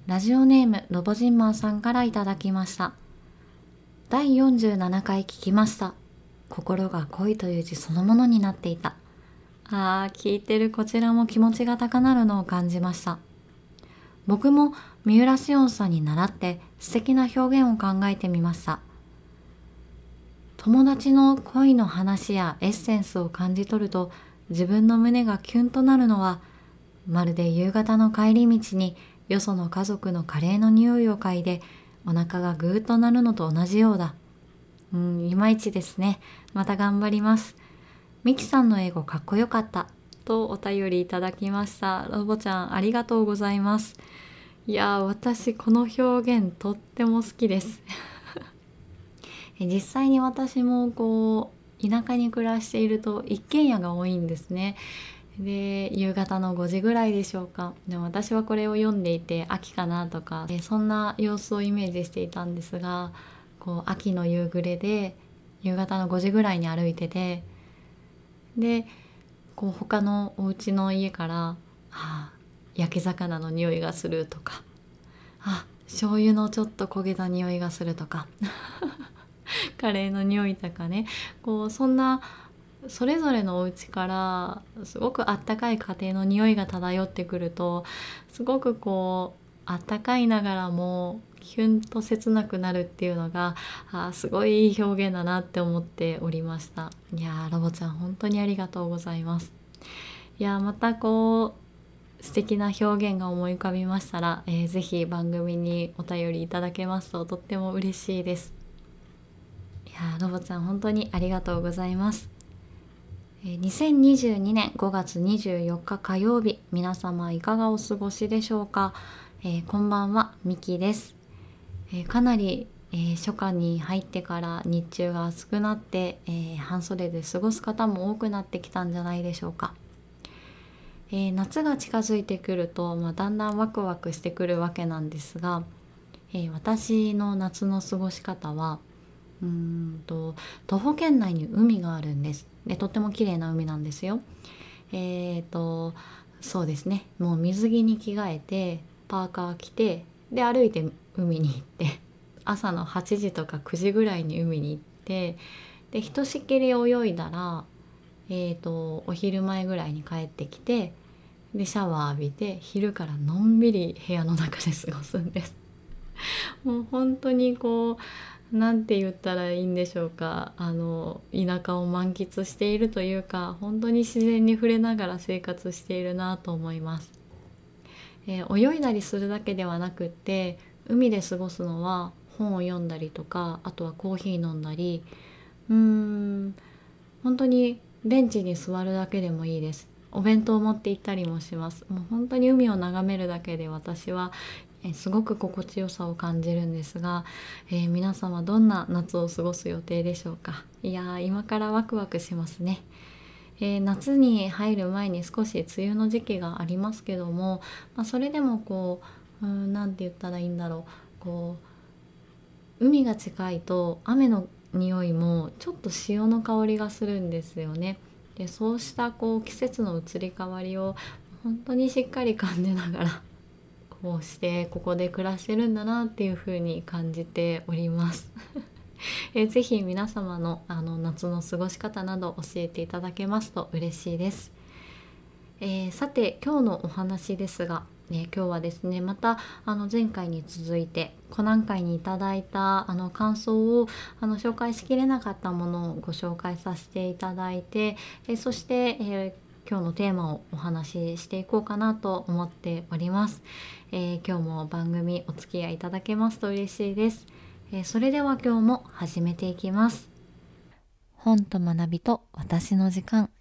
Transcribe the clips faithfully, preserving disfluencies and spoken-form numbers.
ラジオネームロボジンマンさんからいただきました。だいよんじゅうななかい聞きました。心が恋という字そのものになっていた。あー、聞いてるこちらも気持ちが高鳴るのを感じました。僕も三浦紫音さんに倣って素敵な表現を考えてみました。友達の恋の話やエッセンスを感じ取ると自分の胸がキュンとなるのは、まるで夕方の帰り道によその家族のカレーの匂いを嗅いでお腹がぐーっとなるのと同じようだ。うん、いまいちですね。また頑張ります。ミキさんの英語かっこよかったとお便りいただきました。ロボちゃんありがとうございます。いやー、私この表現とっても好きです実際に私もこう田舎に暮らしていると一軒家が多いんですね。で、夕方のごじぐらいでしょうか。でも私はこれを読んでいて秋かなとか、そんな様子をイメージしていたんですが、こう秋の夕暮れで夕方のごじぐらいに歩いてて、でこう他のお家の家から、はあ、焼き魚の匂いがするとか、あ、醤油のちょっと焦げた匂いがするとかカレーの匂いとかね、こうそんなそれぞれのお家からすごくあったかい家庭の匂いが漂ってくると、すごくこうあったかいながらもキュンと切なくなるっていうのが、あ、すごいいい表現だなって思っておりました。いやー、ロボちゃん本当にありがとうございます。いやー、またこう素敵な表現が思い浮かびましたら、えー、ぜひ番組にお便りいただけますととっても嬉しいです。いやー、ロボちゃん本当にありがとうございます。にせんにじゅうにねんごがつにじゅうよっか火曜日、皆様いかがお過ごしでしょうか。えー、こんばんは、ミキです。えー、かなり、えー、初夏に入ってから日中が暑くなって、えー、半袖で過ごす方も多くなってきたんじゃないでしょうか。えー、夏が近づいてくると、まあ、だんだんワクワクしてくるわけなんですが、えー、私の夏の過ごし方はうーんと徒歩圏内に海があるんです。で、とっても綺麗な海なんですよ。えーとそうですね、もう水着に着替えてパーカー着て、で歩いて海に行って朝のはちじとかくじぐらいに海に行って、でひとしきり泳いだら、えーとお昼前ぐらいに帰ってきて、でシャワー浴びて昼からのんびり部屋の中で過ごすんですもう本当にこう、なんて言ったらいいんでしょうか、あの田舎を満喫しているというか、本当に自然に触れながら生活しているなと思います。えー泳いだりするだけではなくって、海で過ごすのは本を読んだりとか、あとはコーヒー飲んだり、うーん本当にベンチに座るだけでもいいです。お弁当を持って行ったりもします。もう本当に海を眺めるだけで私はえすごく心地よさを感じるんですが、えー皆様どんな夏を過ごす予定でしょうか。いやー、今からワクワクしますね。えー夏に入る前に少し梅雨の時期がありますけども、まあ、それでもこう、うーんなんて言ったらいいんだろう、こう海が近いと雨の匂いもちょっと潮の香りがするんですよね。で、そうしたこう季節の移り変わりを本当にしっかり感じながらこうしてここで暮らしてるんだなっていう風に感じておりますえぜひ皆様の、あの夏の過ごし方など教えていただけますと嬉しいです。えーさて今日のお話ですが、ね、今日はですね、またあの前回に続いてコナン会にいただいたあの感想をあの紹介しきれなかったものをご紹介させていただいて、えーそして、えー今日のテーマをお話ししていこうかなと思っております。えー今日も番組お付き合いいただけますと嬉しいです。えーそれでは今日も始めていきます。本と学びと私の時間。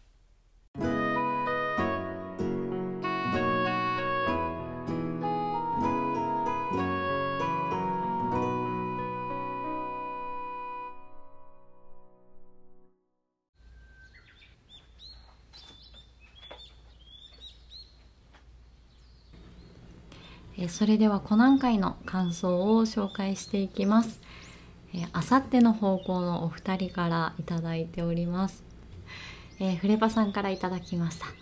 えーそれではコナン会の感想を紹介していきます。えー、あさっての方向のお二人からいただいております。えーフレパさんからいただきました。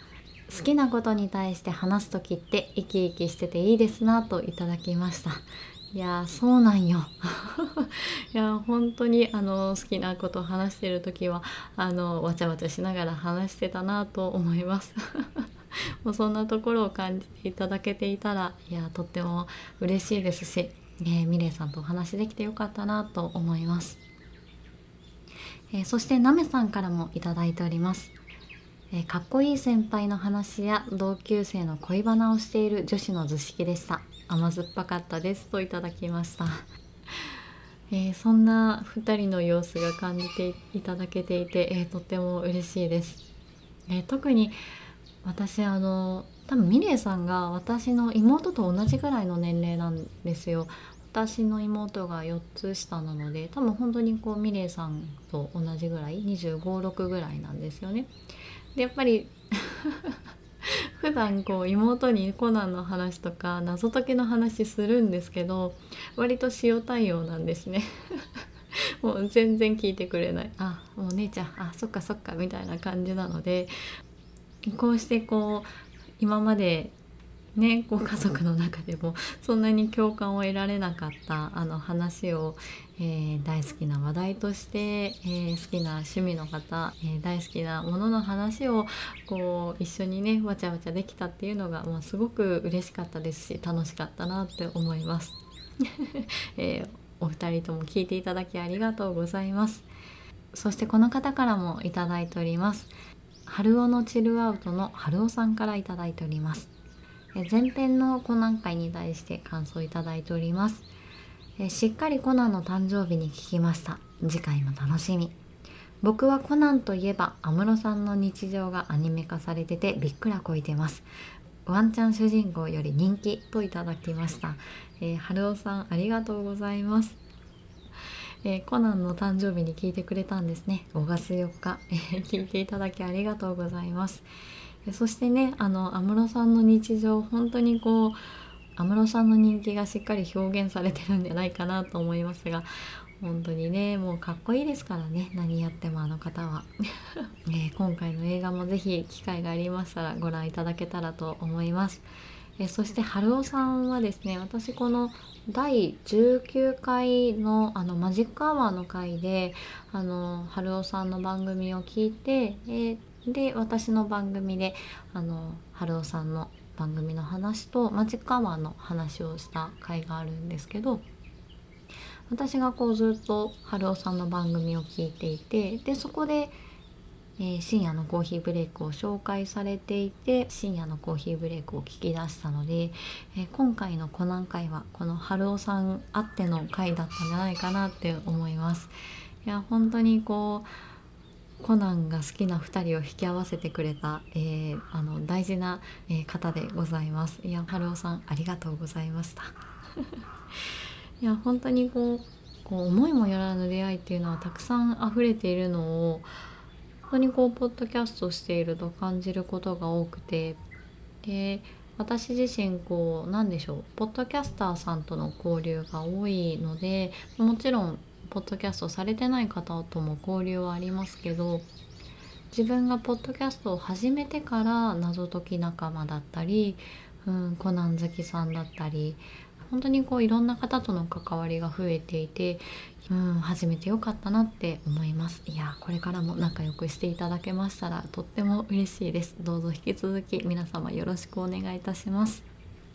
好きなことに対して話すときって生き生きしてていいですなといただきました。いやーそうなんよいやー本当にあの好きなことを話してるときはあのわちゃわちゃしながら話してたなと思いますもうそんなところを感じていただけていたらいやとっても嬉しいですし、えー、ミレイさんとお話できてよかったなと思います。えー、そしてナメさんからもいただいております。えーかっこいい先輩の話や同級生の恋バナをしている女子の図式でした。甘酸っぱかったですといただきました。えーそんなふたりの様子が感じていただけていて、えーとっても嬉しいです。えー特に私あの多分ミレイさんが私の妹と同じぐらいの年齢なんですよ。私の妹がよっつ下なので多分本当にこうミレイさんと同じぐらいにじゅうご、ろくぐらいなんですよね。でやっぱり普段こう妹にコナンの話とか謎解きの話するんですけど割と塩対応なんですねもう全然聞いてくれない、あもうお姉ちゃんあそっかそっかみたいな感じなので、こうしてこう今までね、こう家族の中でもそんなに共感を得られなかったあの話を、えー大好きな話題として、えー好きな趣味の方、えー大好きなものの話をこう一緒にねわちゃわちゃできたっていうのが、まあ、すごく嬉しかったですし楽しかったなって思います、えーお二人とも聞いていただきありがとうございます。そしてこの方からもいただいております。春尾のチルアウトの春尾さんからいただいております。え前編のコナン会に対して感想いただいております。えしっかりコナンの誕生日に聞きました。次回も楽しみ。僕はコナンといえば安室さんの日常がアニメ化されててびっくらこいてます。ワンチャン主人公より人気といただきました。えー、春尾さんありがとうございます。えーコナンの誕生日に聞いてくれたんですね。ごがつよっか、えー聞いていただきありがとうございます。えそしてねあの安室さんの日常本当にこう安室さんの人気がしっかり表現されてるんじゃないかなと思いますが、本当にねもうかっこいいですからね、何やってもあの方は、えー今回の映画もぜひ機会がありましたらご覧いただけたらと思います。えーそして春尾さんはですね、私このだいじゅうきゅうかいのあのマジックアワーの回であの春尾さんの番組を聞いて、えーで私の番組であの春尾さんの番組の話とマジックアワーの話をした回があるんですけど、私がこうずっと春尾さんの番組を聞いていて、でそこで、えー深夜のコーヒーブレイクを紹介されていて、深夜のコーヒーブレイクを聞き出したので、えー今回のコナン会はこの春尾さんあっての回だったんじゃないかなって思います。いや本当にこうコナンが好きなふたりを引き合わせてくれた、えーあの大事な、えー方でございます。いや春尾さんありがとうございましたいや本当にこう、こう思いもよらぬ出会いっていうのはたくさん溢れているのを本当にこうポッドキャストしていると感じることが多くて、で私自身こうなんでしょうポッドキャスターさんとの交流が多いので、もちろんポッドキャストされてない方とも交流はありますけど、自分がポッドキャストを始めてから謎解き仲間だったり、うん、コナン好きさんだったり本当にこういろんな方との関わりが増えていて、うん、始めてよかったなって思います。いやこれからも仲良くしていただけましたらとっても嬉しいです。どうぞ引き続き皆様よろしくお願いいたします。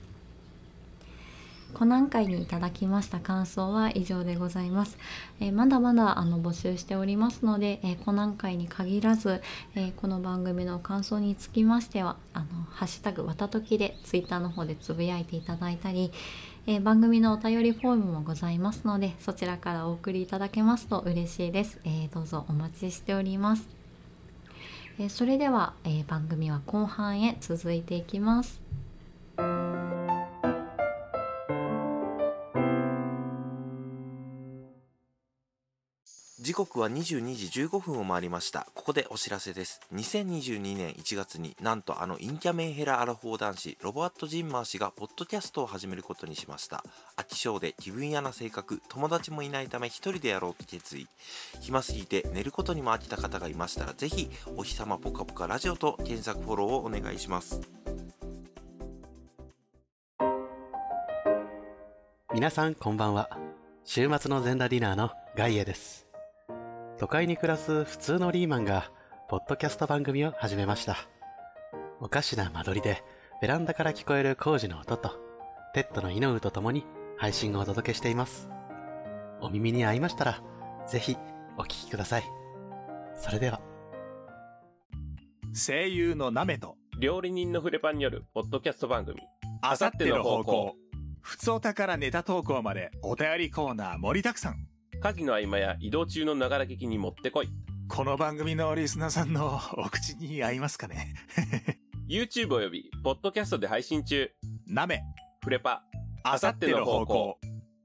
コナン会にいただきました感想は以上でございます。えーまだまだあの募集しておりますので、えーコナン会に限らず、えーこの番組の感想につきましてはあのハッシュタグわたときでツイッターの方でつぶやいていただいたり、えー番組のお便りフォームもございますのでそちらからお送りいただけますと嬉しいです。えーどうぞお待ちしております。えーそれでは、えー番組は後半へ続いていきます。 時刻はにじゅうにじじゅうごふんを回りました。ここでお知らせです。にせんにじゅうにねんいちがつになんとあの陰キャメンヘラアラフォー男子ロバート・ジンマー氏がポッドキャストを始めることにしました。飽き性で気分屋な性格、友達もいないため一人でやろうと決意。暇すぎて寝ることにも飽きた方がいましたら、ぜひお日様ぽかぽかラジオと検索フォローをお願いします。 皆さんこんばんは。週末の全裸ディナーのガイエです。都会に暮らす普通のリーマンがポッドキャスト番組を始めました。おかしな間取りでベランダから聞こえる工事の音とペットのイノウとともに配信をお届けしています。お耳に合いましたらぜひお聞きください。それでは。 声優のナメと料理人のフレパンによるポッドキャスト番組あさっての方向、ふつおたからネタ投稿までお便りコーナー盛りだくさん。 家事の合間や移動中のながら聞きにもってこい。 この番組のリスナーさんのお口に合いますかね YouTube およびポッドキャストで配信中。 ナメフレパあさっての方向。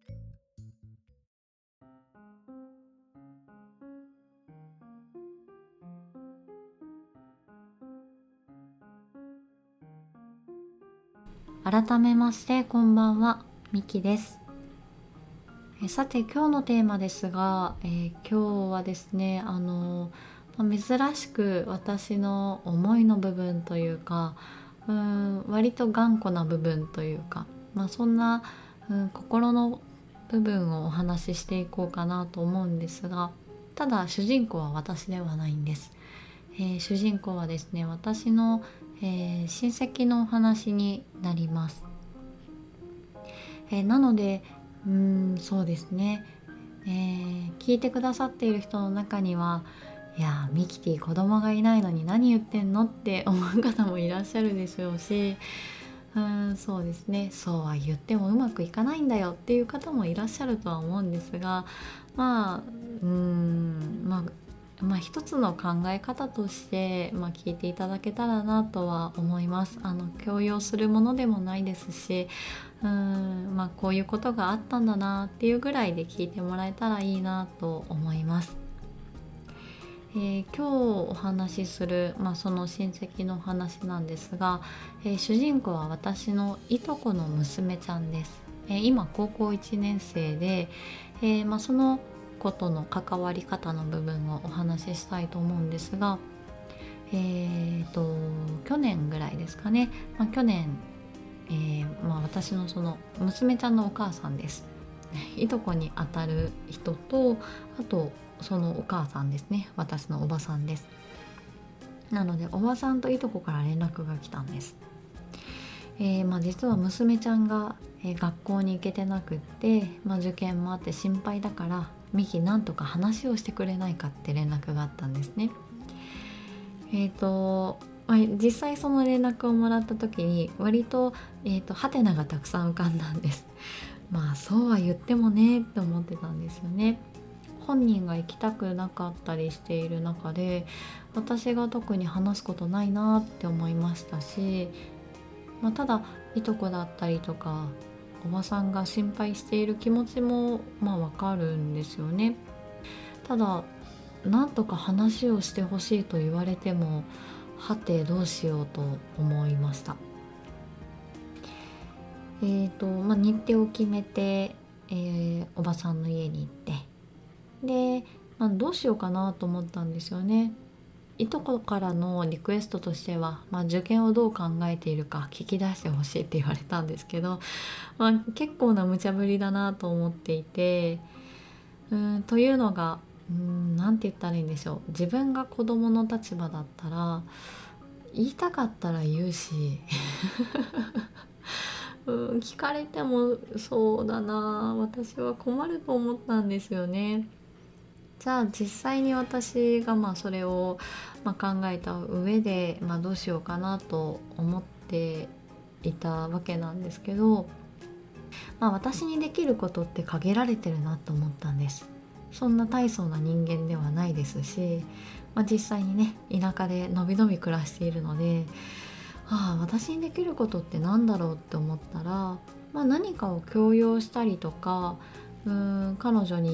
改めましてこんばんは、ミキです。えさて今日のテーマですが、えー、今日はですねあの、まあ、珍しく私の思いの部分というか、うーん割と頑固な部分というか、まあ、そんな、うん、心の部分をお話ししていこうかなと思うんですが、ただ主人公は私ではないんです。えー、主人公はですね私の、えー、親戚のお話になります。えー、なのでうーんそうですね、えー、聞いてくださっている人の中には、いやミキティ子供がいないのに何言ってんのって思う方もいらっしゃるでしょうし、うーんそうですね、そうは言ってもうまくいかないんだよっていう方もいらっしゃるとは思うんですが、まあうーんまあまあ、一つの考え方として、まあ、聞いていただけたらなとは思います。あの強要するものでもないですし、うーん、まあ、こういうことがあったんだなっていうぐらいで聞いてもらえたらいいなと思います。えー、今日お話しする、まあ、その親戚のお話なんですが、えー、主人公は私のいとこの娘ちゃんです。えー、今高校いちねん生で、えーまあ、そのことの関わり方の部分をお話ししたいと思うんですが、えーと去年ぐらいですかね、まあ、去年、えーまあ、私のその娘ちゃんのお母さんです。いとこにあたる人と、あとそのお母さんですね、私のおばさんです。なのでおばさんといとこから連絡が来たんです。えーまあ、実は娘ちゃんが、えー、学校に行けてなくって、まあ、受験もあって心配だからミキなんとか話をしてくれないかって連絡があったんですね。えっ、ー、と、まあ、実際その連絡をもらった時に割と、えーと、ハテナがたくさん浮かんだんです。まあそうは言ってもねって思ってたんですよね。本人が行きたくなかったりしている中で、私が特に話すことないなって思いましたし、まあ、ただいとこだったりとかおばさんが心配している気持ちもまあわかるんですよね。ただなんとか話をしてほしいと言われても、はてどうしようと思いました。えーとまあ、日程を決めて、えー、おばさんの家に行って、で、まあ、どうしようかなと思ったんですよね。いとこからのリクエストとしては、まあ、受験をどう考えているか聞き出してほしいって言われたんですけど、まあ、結構な無茶ぶりだなと思っていて、うーんというのがうーんなんて言ったらいいんでしょう。自分が子供の立場だったら言いたかったら言うしうん聞かれてもそうだな、私は困ると思ったんですよね。じゃあ実際に私がまあそれをまあ考えた上で、まあ、どうしようかなと思っていたわけなんですけど、まあ、私にできることって限られてるなと思ったんです。そんな大層な人間ではないですし、まあ、実際にね田舎でのびのび暮らしているので、ああ私にできることってなんだろうって思ったら、まあ、何かを強要したりとか、うーん彼女に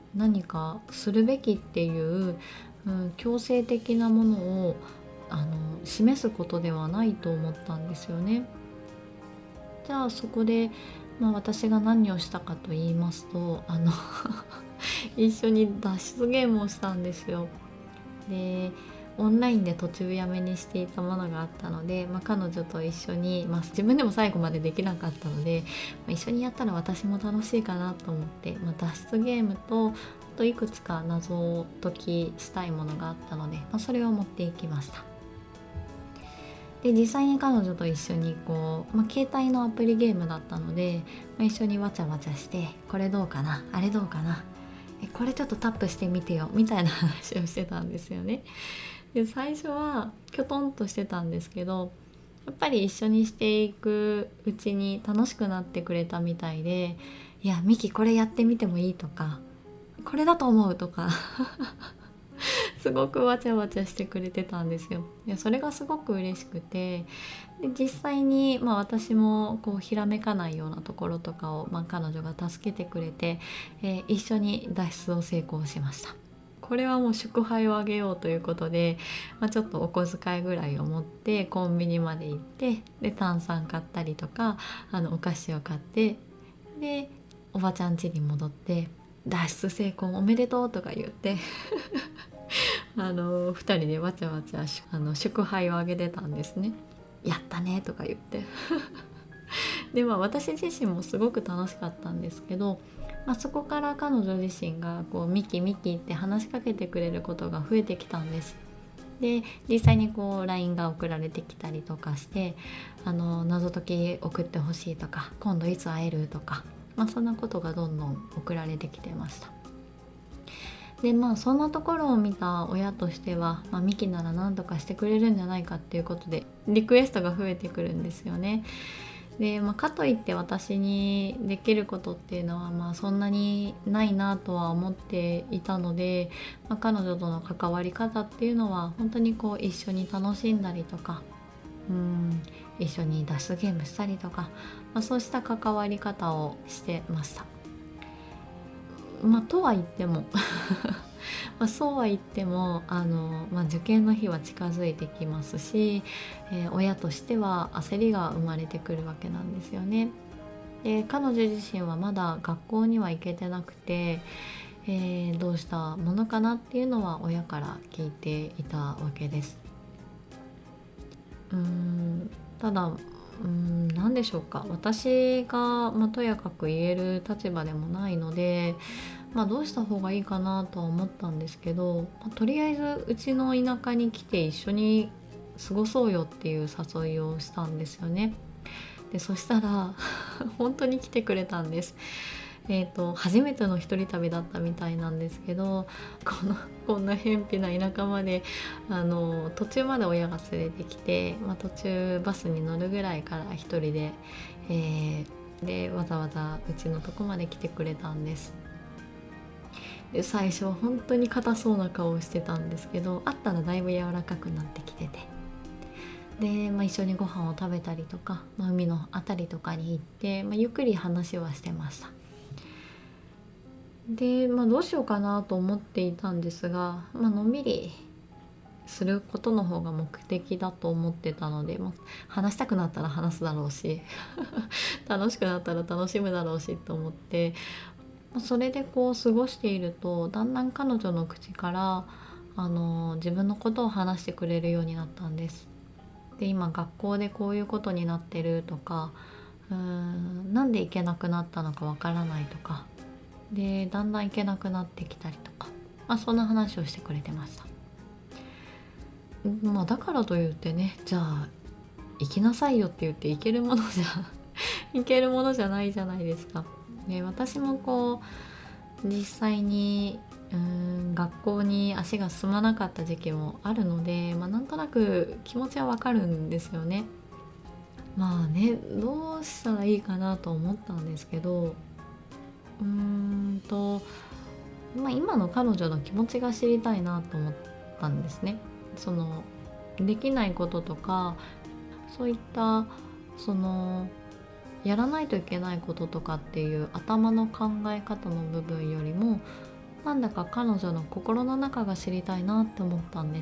何かするべきっていう、うん、強制的なものをあの示すことではないと思ったんですよね。じゃあそこで、まあ、私が何をしたかと言いますとあの一緒に脱出ゲームをしたんですよ。でオンラインで途中やめにしていたものがあったので、まあ、彼女と一緒に、まあ、自分でも最後までできなかったので、まあ、一緒にやったら私も楽しいかなと思って、まあ、脱出ゲームとあといくつか謎解きしたいものがあったので、まあ、それを持っていきました。で実際に彼女と一緒にこう、まあ、携帯のアプリゲームだったので、まあ、一緒にわちゃわちゃしてこれどうかなあれどうかなえこれちょっとタップしてみてよみたいな話をしてたんですよね。で最初はきょとんとしてたんですけど、やっぱり一緒にしていくうちに楽しくなってくれたみたいで、いやミキこれやってみてもいいとかこれだと思うとかすごくわちゃわちゃしてくれてたんですよ。いやそれがすごく嬉しくて、で実際に、まあ、私もこうひらめかないようなところとかを、まあ、彼女が助けてくれて、えー、一緒に脱出を成功しました。これはもう祝杯をあげようということで、まあ、ちょっとお小遣いぐらいを持ってコンビニまで行って、で炭酸買ったりとかあのお菓子を買って、でおばちゃん家に戻って脱出成功おめでとうとか言ってあのふたりでわちゃわちゃあの祝杯をあげてたんですね。やったねとか言ってで、まあ、私自身もすごく楽しかったんですけど、まあ、そこから彼女自身がこうミキミキって話しかけてくれることが増えてきたんです。で実際にこう ライン が送られてきたりとかして、あの謎解き送ってほしいとか今度いつ会えるとか、まあ、そんなことがどんどん送られてきてました。でまあそんなところを見た親としては、まあ、ミキなら何とかしてくれるんじゃないかっていうことでリクエストが増えてくるんですよね。で、まあ、かといって私にできることっていうのは、まあ、そんなにないなとは思っていたので、まあ、彼女との関わり方っていうのは本当にこう一緒に楽しんだりとか、うん一緒に脱出ゲームしたりとか、まあ、そうした関わり方をしてました。まあ、とは言ってもまあそうは言ってもあの、まあ、受験の日は近づいてきますし、えー、親としては焦りが生まれてくるわけなんですよね。で彼女自身はまだ学校には行けてなくて、えー、どうしたものかなっていうのは親から聞いていたわけです。うーんただうーん何でしょうか、私が、まあ、とやかく言える立場でもないので、まあ、どうした方がいいかなとは思ったんですけど、まあ、とりあえずうちの田舎に来て一緒に過ごそうよっていう誘いをしたんですよね。でそしたら本当に来てくれたんです。えーと、初めての一人旅だったみたいなんですけど、このこんな偏僻な田舎まであの途中まで親が連れてきて、まあ、途中バスに乗るぐらいから一人で、えー、でわざわざうちのとこまで来てくれたんです。で最初は本当に硬そうな顔をしてたんですけど、会ったらだいぶ柔らかくなってきてて、で、まあ、一緒にご飯を食べたりとか、まあ、海のあたりとかに行って、まあ、ゆっくり話はしてました。で、まあ、どうしようかなと思っていたんですが、まあのんびりすることの方が目的だと思ってたので、まあ、話したくなったら話すだろうし楽しくなったら楽しむだろうしと思って、それでこう過ごしていると、だんだん彼女の口からあの自分のことを話してくれるようになったんです。で今学校でこういうことになってるとか、うーんなんで行けなくなったのかわからないとかで、だんだん行けなくなってきたりとか、まあ、そんな話をしてくれてました。まあ、だからといってね、じゃあ行きなさいよって言って行けるものじゃ行けるものじゃないじゃないですか。で私もこう実際にうーん学校に足が進まなかった時期もあるので、まあ、なんとなく気持ちはわかるんですよね。まあね、どうしたらいいかなと思ったんですけど、うーんと、まあ、今の彼女の気持ちが知りたいなと思ったんですね。そのできないこととか、そういったそのやらないといけないこととかっていう頭の考え方の部分よりも、 なんだか彼女の心の中が知りたいなって思ったんです。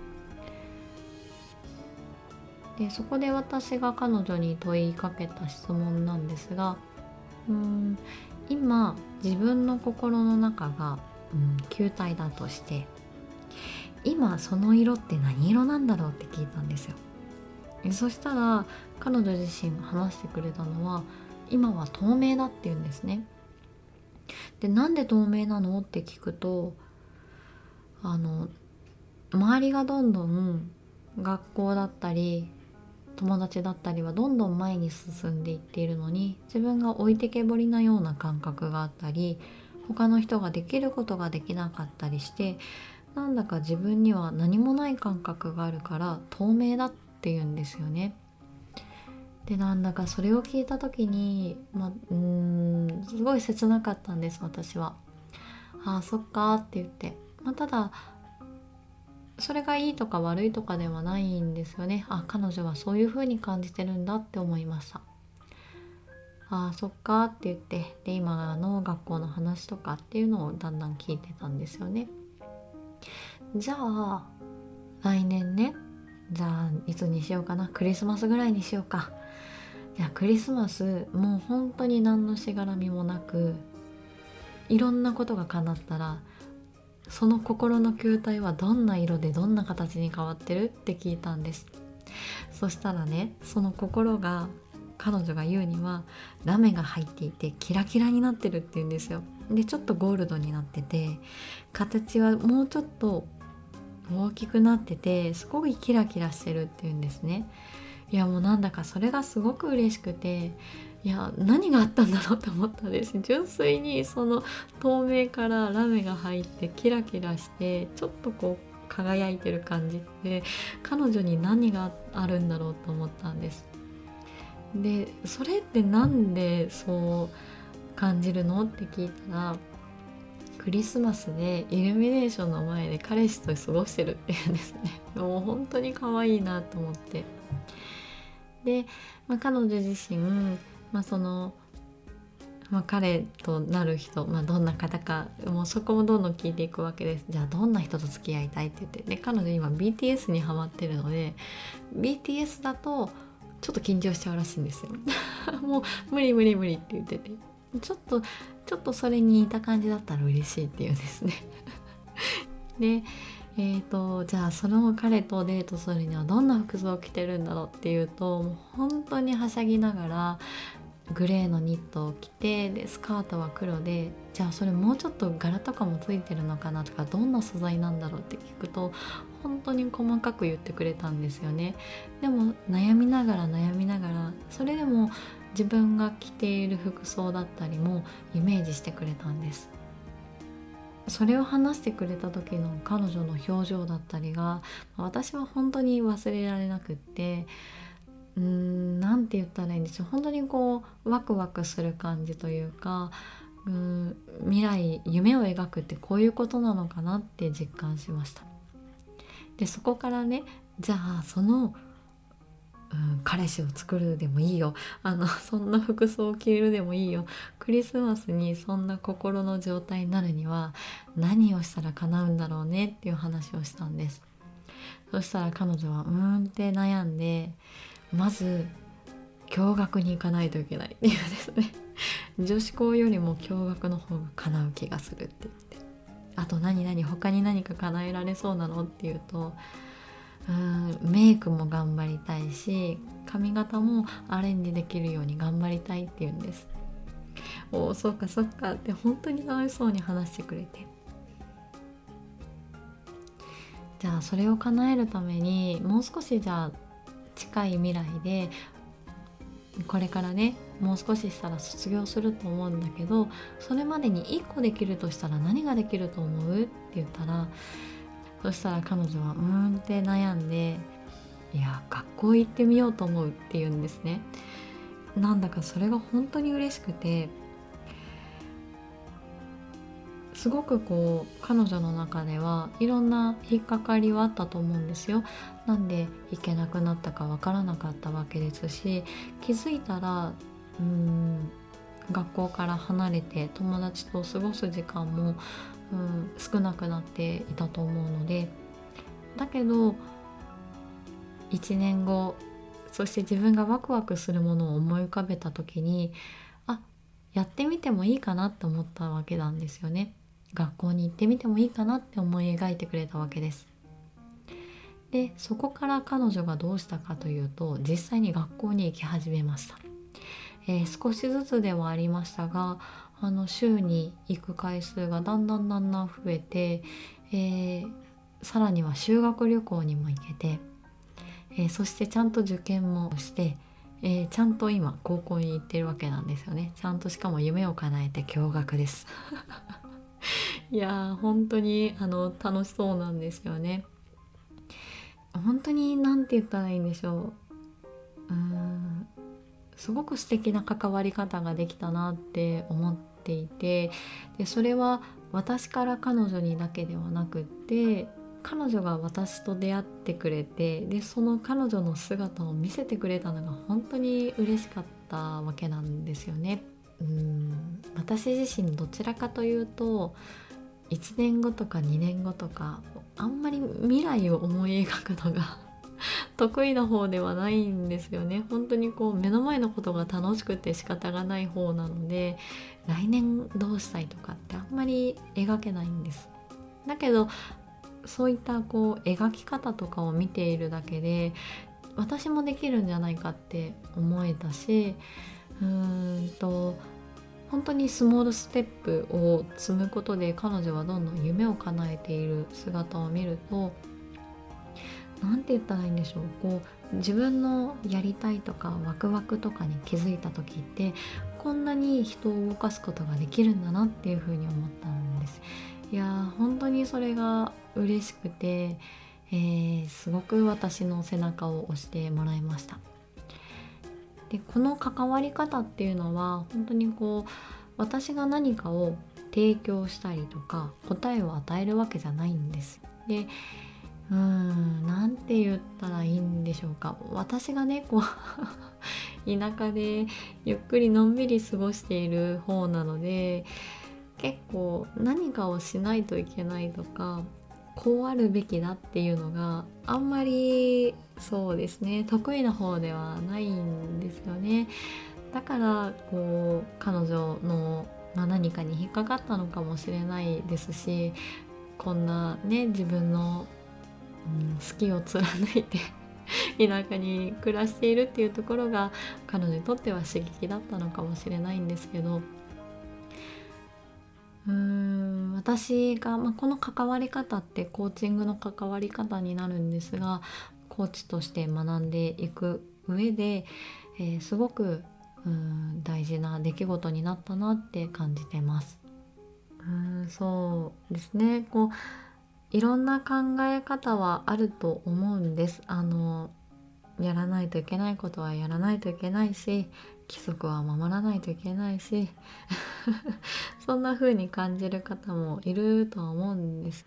でそこで私が彼女に問いかけた質問なんですが、うーん今自分の心の中が、うん、球体だとして、今その色って何色なんだろうって聞いたんですよ。そしたら彼女自身が話してくれたのは、今は透明だって言うんですね。でなんで透明なのって聞くと、あの周りがどんどん学校だったり友達だったりはどんどん前に進んでいっているのに、自分が置いてけぼりなような感覚があったり、他の人ができることができなかったりして、なんだか自分には何もない感覚があるから透明だって言うんですよね。でなんだかそれを聞いた時に、ま、うーんすごい切なかったんです。私はああそっかって言って、まあ、ただそれがいいとか悪いとかではないんですよね。あ、彼女はそういう風に感じてるんだって思いました。ああそっかって言って、で今の学校の話とかっていうのをだんだん聞いてたんですよね。じゃあ来年ね、じゃあいつにしようかな、クリスマスぐらいにしようか。じゃあクリスマスもう本当に何のしがらみもなくいろんなことが叶ったら、その心の球体はどんな色でどんな形に変わってるって聞いたんです。そしたらね、その心が彼女が言うにはラメが入っていてキラキラになってるって言うんですよ。でちょっとゴールドになってて、形はもうちょっと大きくなってて、すごいキラキラしてるって言うんですね。いやもうなんだかそれがすごく嬉しくて、いや何があったんだろうと思ったんです。純粋にその透明からラメが入ってキラキラしてちょっとこう輝いてる感じって彼女に何があるんだろうと思ったんです。でそれってなんでそう感じるのって聞いたら、クリスマスでイルミネーションの前で彼氏と過ごしてるっていうんですね。もう本当に可愛いなと思って、で、まあ、彼女自身、まあそのまあ、彼となる人、まあ、どんな方かもうそこもどんどん聞いていくわけです。じゃあどんな人と付き合いたいって言って、で彼女今 ビーティーエス にハマってるので ビーティーエス だとちょっと緊張しちゃうらしいんですよもう無理無理無理って言ってて、ちょっとちょっとそれに似た感じだったら嬉しいっていうんですねでえーとじゃあその彼とデートするにはどんな服装を着てるんだろうっていうと、もう本当にはしゃぎながらグレーのニットを着て、でスカートは黒で、じゃあそれもうちょっと柄とかもついてるのかなとか、どんな素材なんだろうって聞くと本当に細かく言ってくれたんですよね。でも悩みながら悩みながら、それでも自分が着ている服装だったりもイメージしてくれたんです。それを話してくれた時の彼女の表情だったりが私は本当に忘れられなくって、うーんなんて言ったらいいんでしょう、本当にこうワクワクする感じというか、うーん未来夢を描くってこういうことなのかなって実感しました。でそこからね、じゃあその、うん、彼氏を作るでもいいよ、あのそんな服装を着るでもいいよ、クリスマスにそんな心の状態になるには何をしたら叶うんだろうねっていう話をしたんです。そしたら彼女はうーんって悩んで、まず共学に行かないといけないっていうですね女子校よりも共学の方が叶う気がするって言って、あと何々他に何か叶えられそうなのっていうと、うーんメイクも頑張りたいし髪型もアレンジできるように頑張りたいって言うんです。おーそうかそうかって本当に楽しそうに話してくれて、じゃあそれを叶えるためにもう少しじゃあ近い未来でこれからねもう少ししたら卒業すると思うんだけど、それまでにいっこできるとしたら何ができると思うって言ったら、そしたら彼女はうーんって悩んで、いや学校行ってみようと思うって言うんですね。なんだかそれが本当に嬉しくて、すごくこう彼女の中ではいろんな引っかかりはあったと思うんですよ。なんで行けなくなったかわからなかったわけですし、気づいたらうーん学校から離れて友達と過ごす時間も、うん、少なくなっていたと思うので、だけどいちねんご、そして自分がワクワクするものを思い浮かべた時に、あ、やってみてもいいかなって思ったわけなんですよね。学校に行ってみてもいいかなって思い描いてくれたわけです。で、そこから彼女がどうしたかというと、実際に学校に行き始めました。えー、少しずつではありましたが、あの週に行く回数がだんだんだんだん増えて、えー、さらには修学旅行にも行けて、えー、そしてちゃんと受験もして、えー、ちゃんと今高校に行ってるわけなんですよね。ちゃんとしかも夢を叶えて共学ですいやー本当にあの楽しそうなんですよね。本当になんて言ったらいいんでしょう、うーんすごく素敵な関わり方ができたなって思っていて、でそれは私から彼女にだけではなくって、彼女が私と出会ってくれて、でその彼女の姿を見せてくれたのが本当に嬉しかったわけなんですよね。うーん私自身どちらかというといちねんごとかにねんごとかあんまり未来を思い描くのが得意な方ではないんですよね。本当にこう目の前のことが楽しくて仕方がない方なので、来年どうしたいとかってあんまり描けないんです。だけどそういったこう描き方とかを見ているだけで私もできるんじゃないかって思えたし、うーんと本当にスモールステップを積むことで彼女はどんどん夢を叶えている姿を見ると、なんて言ったらいいんでしょう、こう自分のやりたいとかワクワクとかに気づいた時ってこんなに人を動かすことができるんだなっていうふうに思ったんです。いやー本当にそれが嬉しくて、えー、すごく私の背中を押してもらいました。でこの関わり方っていうのは本当にこう私が何かを提供したりとか答えを与えるわけじゃないんです。でうーんなんて言ったらいいんでしょうか、私がねこう田舎でゆっくりのんびり過ごしている方なので、結構何かをしないといけないとかこうあるべきだっていうのがあんまりそうですね得意な方ではないんですよね。だからこう彼女の、まあ、何かに引っかかったのかもしれないですし、こんなね自分の、うん、好きを貫いて田舎に暮らしているっていうところが彼女にとっては刺激だったのかもしれないんですけど、うーん私が、まあ、この関わり方ってコーチングの関わり方になるんですが、コーチとして学んでいく上で、えー、すごくうーん大事な出来事になったなって感じてます。うーんそうですね、こういろんな考え方はあると思うんです。あのやらないといけないことはやらないといけないし、規則は守らないといけないしそんな風に感じる方もいるとは思うんです。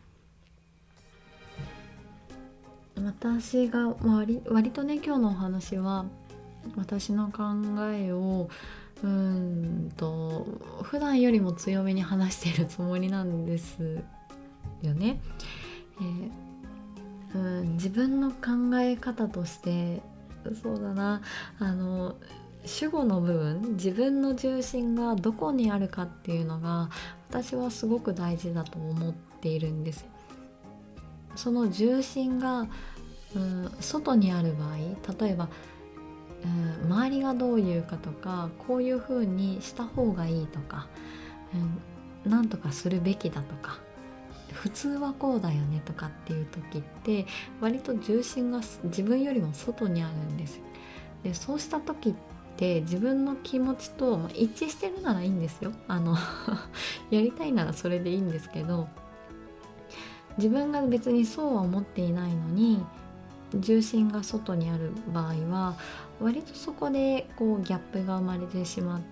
私が割、割とね今日のお話は私の考えをうーんと普段よりも強めに話しているつもりなんですよね。えーうん自分の考え方としてそうだな、あの主語の部分、自分の重心がどこにあるかっていうのが私はすごく大事だと思っているんです。その重心が、うん、外にある場合、例えば、うん、周りがどう言うかとかこういう風にした方がいいとか、うん、なんとかするべきだとか普通はこうだよねとかっていう時って割と重心が自分よりも外にあるんです。でそうした時って自分の気持ちと、まあ、一致してるならいいんですよ。あのやりたいならそれでいいんですけど、自分が別にそうは思っていないのに重心が外にある場合は割とそこでこうギャップが生まれてしまって、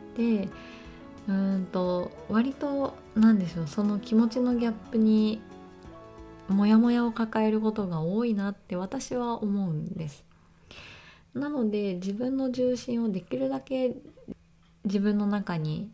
うーんと割となんでしょう、その気持ちのギャップにモヤモヤを抱えることが多いなって私は思うんです。なので自分の重心をできるだけ自分の中に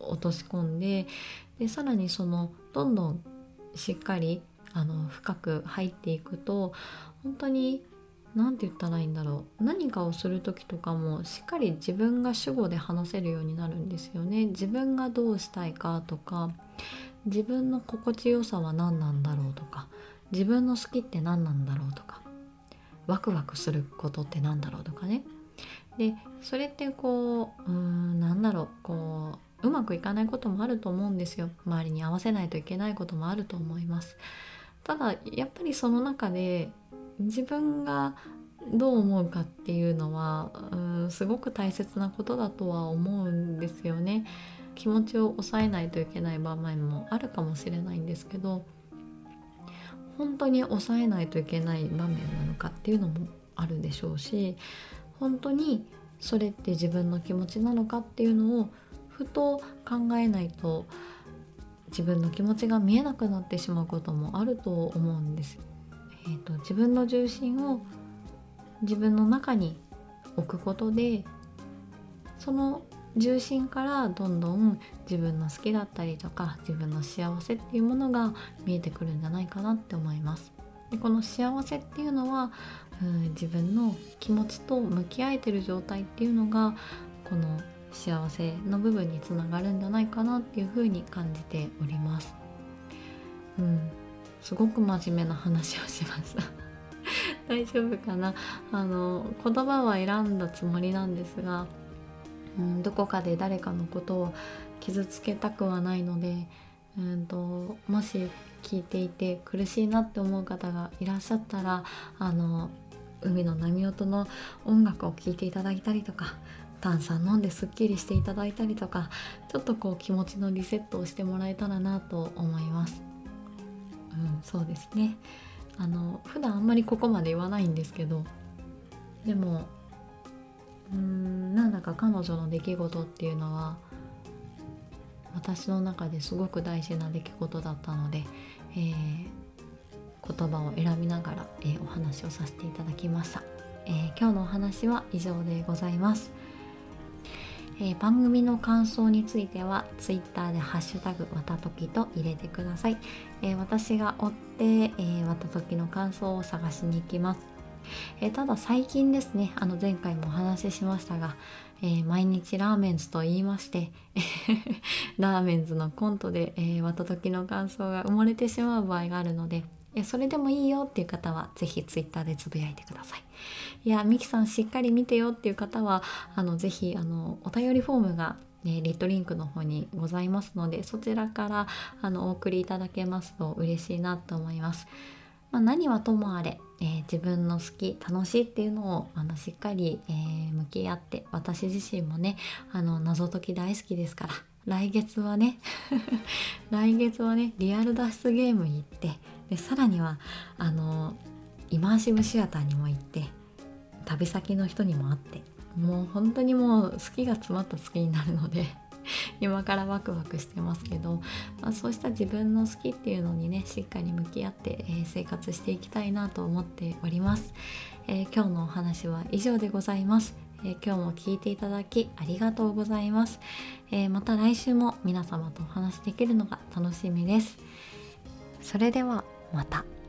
落とし込んで、でさらにそのどんどんしっかりあの深く入っていくと、本当になんて言ったらいいんだろう、何かをする時とかもしっかり自分が主語で話せるようになるんですよね。自分がどうしたいかとか、自分の心地よさは何なんだろうとか、自分の好きって何なんだろうとか、ワクワクすることって何だろうとかね。でそれってこううーんなんだろうこううまくいかないこともあると思うんですよ。周りに合わせないといけないこともあると思います。ただやっぱりその中で自分がどう思うかっていうのはうーんすごく大切なことだとは思うんですよね。気持ちを抑えないといけない場面もあるかもしれないんですけど、本当に抑えないといけない場面なのかっていうのもあるでしょうし、本当にそれって自分の気持ちなのかっていうのをふと考えないと自分の気持ちが見えなくなってしまうこともあると思うんです。えーと、自分の重心を自分の中に置くことで、その重心からどんどん自分の好きだったりとか自分の幸せっていうものが見えてくるんじゃないかなって思います。でこの幸せっていうのはうん自分の気持ちと向き合えてる状態っていうのがこの幸せの部分につながるんじゃないかなっていうふうに感じております。うん、すごく真面目な話をしました大丈夫かな。あの言葉は選んだつもりなんですが、うん、どこかで誰かのことを傷つけたくはないので、うんともし聞いていて苦しいなって思う方がいらっしゃったら、あの海の波音の音楽を聴いていただいたりとか、炭酸飲んですっきりしていただいたりとか、ちょっとこう気持ちのリセットをしてもらえたらなと思います。うん、そうですね。あの普段あんまりここまで言わないんですけど、でもうーんなんだか彼女の出来事っていうのは私の中ですごく大事な出来事だったので、えー、言葉を選びながら、えー、お話をさせていただきました。えー、今日のお話は以上でございます。えー、番組の感想についてはツイッターでハッシュタグわたときと入れてください。えー、私が追って、えー、わたときの感想を探しに行きます。えー、ただ最近ですね、あの前回もお話ししましたが、えー、毎日ラーメンズと言いましてラーメンズのコントで、えー、わたときの感想が埋もれてしまう場合があるので、えー、それでもいいよっていう方はぜひツイッターでつぶやいてください。いやミキさんしっかり見てよっていう方はあのぜひあのお便りフォームが、ね、リットリンクの方にございますので、そちらからあのお送りいただけますと嬉しいなと思います。まあ、何はともあれ、えー、自分の好き楽しいっていうのをあのしっかり、えー、向き合って、私自身もねあの謎解き大好きですから、来月はね来月はねリアル脱出ゲームに行って、でさらにはあのイマーシブシアターにも行って、旅先の人にも会って、もう本当にもう好きが詰まった月になるので今からワクワクしてますけど、まあ、そうした自分の好きっていうのにねしっかり向き合って、えー、生活していきたいなと思っております。えー、今日のお話は以上でございます。えー、今日も聞いていただきありがとうございます。えー、また来週も皆様とお話できるのが楽しみです。それではまた。